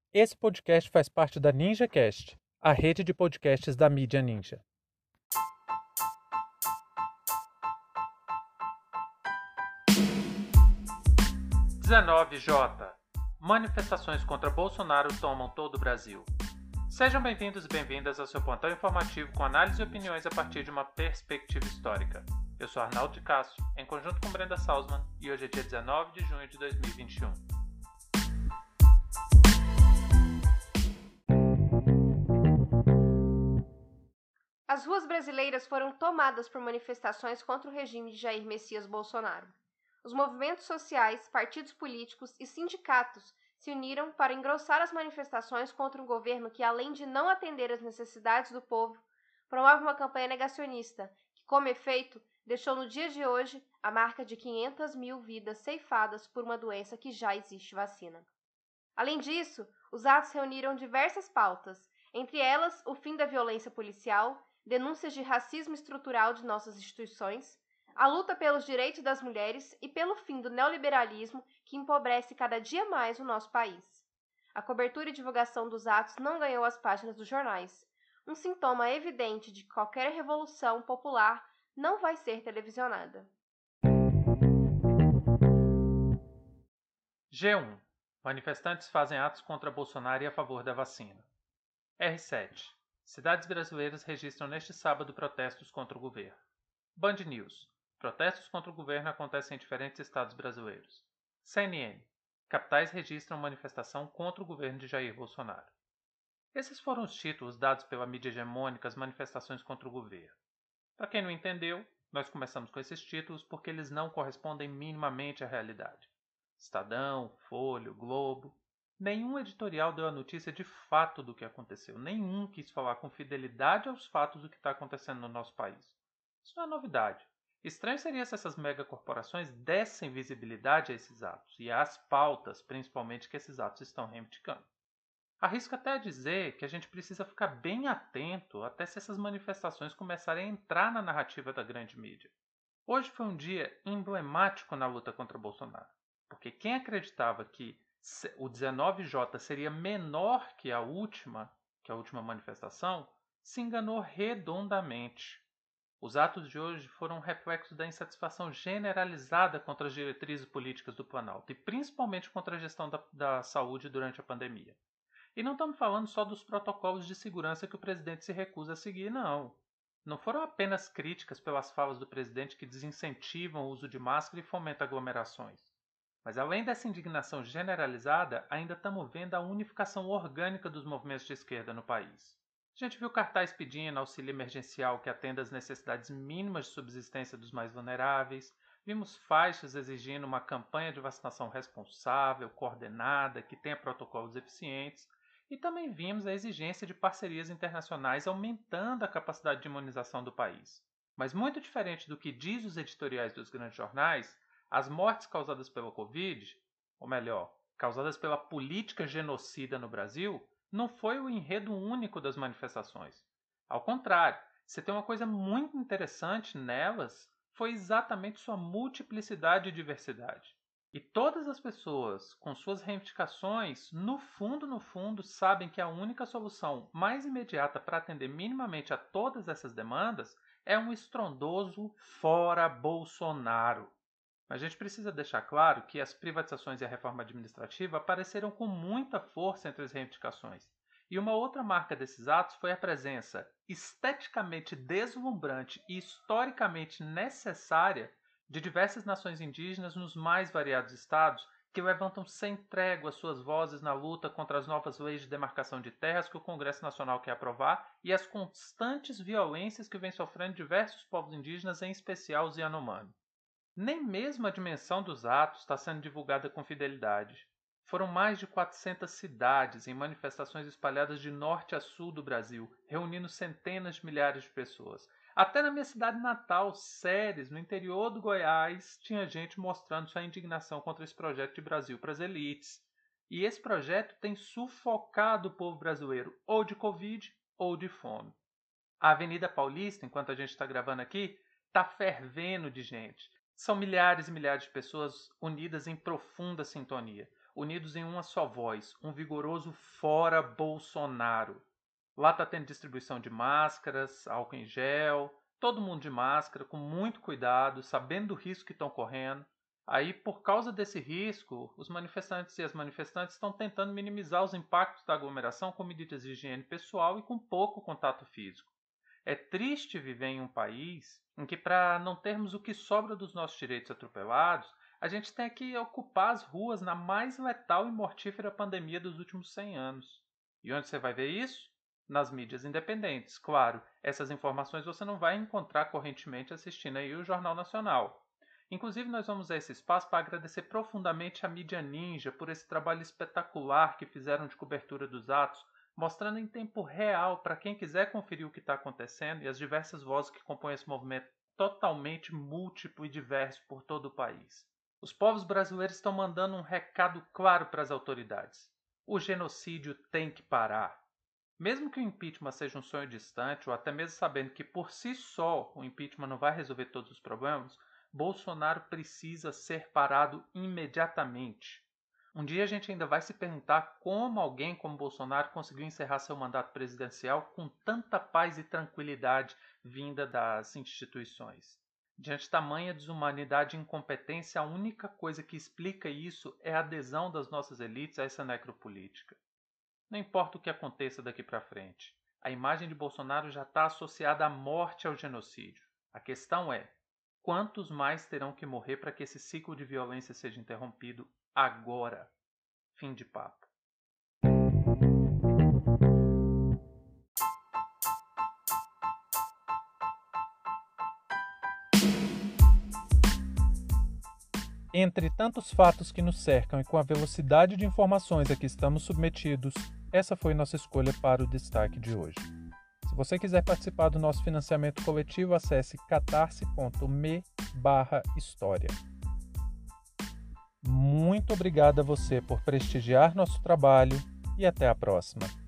Esse podcast faz parte da NinjaCast, a rede de podcasts da mídia Ninja. (19J) Manifestações contra Bolsonaro tomam todo o Brasil. Sejam bem-vindos e bem-vindas ao seu plantão informativo com análise e opiniões a partir de uma perspectiva histórica. Eu sou Arnaldo de Castro, em conjunto com Brenda Salzman, e hoje é dia 19 de junho de 2021. As ruas brasileiras foram tomadas por manifestações contra o regime de Jair Messias Bolsonaro. Os movimentos sociais, partidos políticos e sindicatos se uniram para engrossar as manifestações contra um governo que, além de não atender às necessidades do povo, promove uma campanha negacionista que, como efeito, deixou no dia de hoje a marca de 500 mil vidas ceifadas por uma doença que já existe vacina. Além disso, os atos reuniram diversas pautas, entre elas o fim da violência policial, denúncias de racismo estrutural de nossas instituições, a luta pelos direitos das mulheres e pelo fim do neoliberalismo que empobrece cada dia mais o nosso país. A cobertura e divulgação dos atos não ganhou as páginas dos jornais, um sintoma evidente de que qualquer revolução popular não vai ser televisionada. G1. Manifestantes fazem atos contra Bolsonaro e a favor da vacina. R7. Cidades brasileiras registram neste sábado protestos contra o governo. Band News. Protestos contra o governo acontecem em diferentes estados brasileiros. CNN. Capitais registram manifestação contra o governo de Jair Bolsonaro. Esses foram os títulos dados pela mídia hegemônica às manifestações contra o governo. Para quem não entendeu, nós começamos com esses títulos porque eles não correspondem minimamente à realidade. Estadão, Folha, Globo. Nenhum editorial deu a notícia de fato do que aconteceu. Nenhum quis falar com fidelidade aos fatos do que está acontecendo no nosso país. Isso não é novidade. Estranho seria se essas megacorporações dessem visibilidade a esses atos e às pautas, principalmente, que esses atos estão reivindicando. Arrisco até a dizer que a gente precisa ficar bem atento até se essas manifestações começarem a entrar na narrativa da grande mídia. Hoje foi um dia emblemático na luta contra Bolsonaro, porque quem acreditava que o 19J seria menor que a última manifestação, se enganou redondamente. Os atos de hoje foram um reflexo da insatisfação generalizada contra as diretrizes políticas do Planalto e principalmente contra a gestão da saúde durante a pandemia. E não estamos falando só dos protocolos de segurança que o presidente se recusa a seguir, não. Não foram apenas críticas pelas falas do presidente que desincentivam o uso de máscara e fomentam aglomerações. Mas além dessa indignação generalizada, ainda estamos vendo a unificação orgânica dos movimentos de esquerda no país. A gente viu cartaz pedindo auxílio emergencial que atenda às necessidades mínimas de subsistência dos mais vulneráveis, vimos faixas exigindo uma campanha de vacinação responsável, coordenada, que tenha protocolos eficientes, e também vimos a exigência de parcerias internacionais aumentando a capacidade de imunização do país. Mas muito diferente do que diz os editoriais dos grandes jornais, as mortes causadas pela Covid, ou melhor, causadas pela política genocida no Brasil, não foi o enredo único das manifestações. Ao contrário, se tem uma coisa muito interessante nelas, foi exatamente sua multiplicidade e diversidade. E todas as pessoas, com suas reivindicações, no fundo, sabem que a única solução mais imediata para atender minimamente a todas essas demandas é um estrondoso fora Bolsonaro. Mas a gente precisa deixar claro que as privatizações e a reforma administrativa apareceram com muita força entre as reivindicações. E uma outra marca desses atos foi a presença esteticamente deslumbrante e historicamente necessária de diversas nações indígenas nos mais variados estados que levantam sem trégua suas vozes na luta contra as novas leis de demarcação de terras que o Congresso Nacional quer aprovar e as constantes violências que vem sofrendo diversos povos indígenas, em especial os Yanomami. Nem mesmo a dimensão dos atos está sendo divulgada com fidelidade. Foram mais de 400 cidades em manifestações espalhadas de norte a sul do Brasil, reunindo centenas de milhares de pessoas. Até na minha cidade natal, Ceres, no interior do Goiás, tinha gente mostrando sua indignação contra esse projeto de Brasil para as elites. E esse projeto tem sufocado o povo brasileiro, ou de Covid ou de fome. A Avenida Paulista, enquanto a gente está gravando aqui, está fervendo de gente. São milhares e milhares de pessoas unidas em profunda sintonia. unidos em uma só voz, um vigoroso fora Bolsonaro. Lá está tendo distribuição de máscaras, álcool em gel, todo mundo de máscara, com muito cuidado, sabendo do risco que estão correndo. Aí, por causa desse risco, os manifestantes e as manifestantes estão tentando minimizar os impactos da aglomeração com medidas de higiene pessoal e com pouco contato físico. É triste viver em um país em que, para não termos o que sobra dos nossos direitos atropelados, a gente tem que ocupar as ruas na mais letal e mortífera pandemia dos últimos 100 anos. E onde você vai ver isso? Nas mídias independentes. Claro, essas informações você não vai encontrar correntemente assistindo aí o Jornal Nacional. Inclusive, nós vamos a esse espaço para agradecer profundamente a mídia ninja por esse trabalho espetacular que fizeram de cobertura dos atos, mostrando em tempo real para quem quiser conferir o que está acontecendo e as diversas vozes que compõem esse movimento totalmente múltiplo e diverso por todo o país. Os povos brasileiros estão mandando um recado claro para as autoridades. O genocídio tem que parar. Mesmo que o impeachment seja um sonho distante, ou até mesmo sabendo que por si só o impeachment não vai resolver todos os problemas, Bolsonaro precisa ser parado imediatamente. Um dia a gente ainda vai se perguntar como alguém como Bolsonaro conseguiu encerrar seu mandato presidencial com tanta paz e tranquilidade vinda das instituições. Diante de tamanha desumanidade e incompetência, a única coisa que explica isso é a adesão das nossas elites a essa necropolítica. Não importa o que aconteça daqui para frente, a imagem de Bolsonaro já está associada à morte e ao genocídio. A questão é, quantos mais terão que morrer para que esse ciclo de violência seja interrompido agora? Fim de papo. Entre tantos fatos que nos cercam e com a velocidade de informações a que estamos submetidos, essa foi nossa escolha para o destaque de hoje. Se você quiser participar do nosso financiamento coletivo, acesse catarse.me/história. Muito obrigado a você por prestigiar nosso trabalho e até a próxima.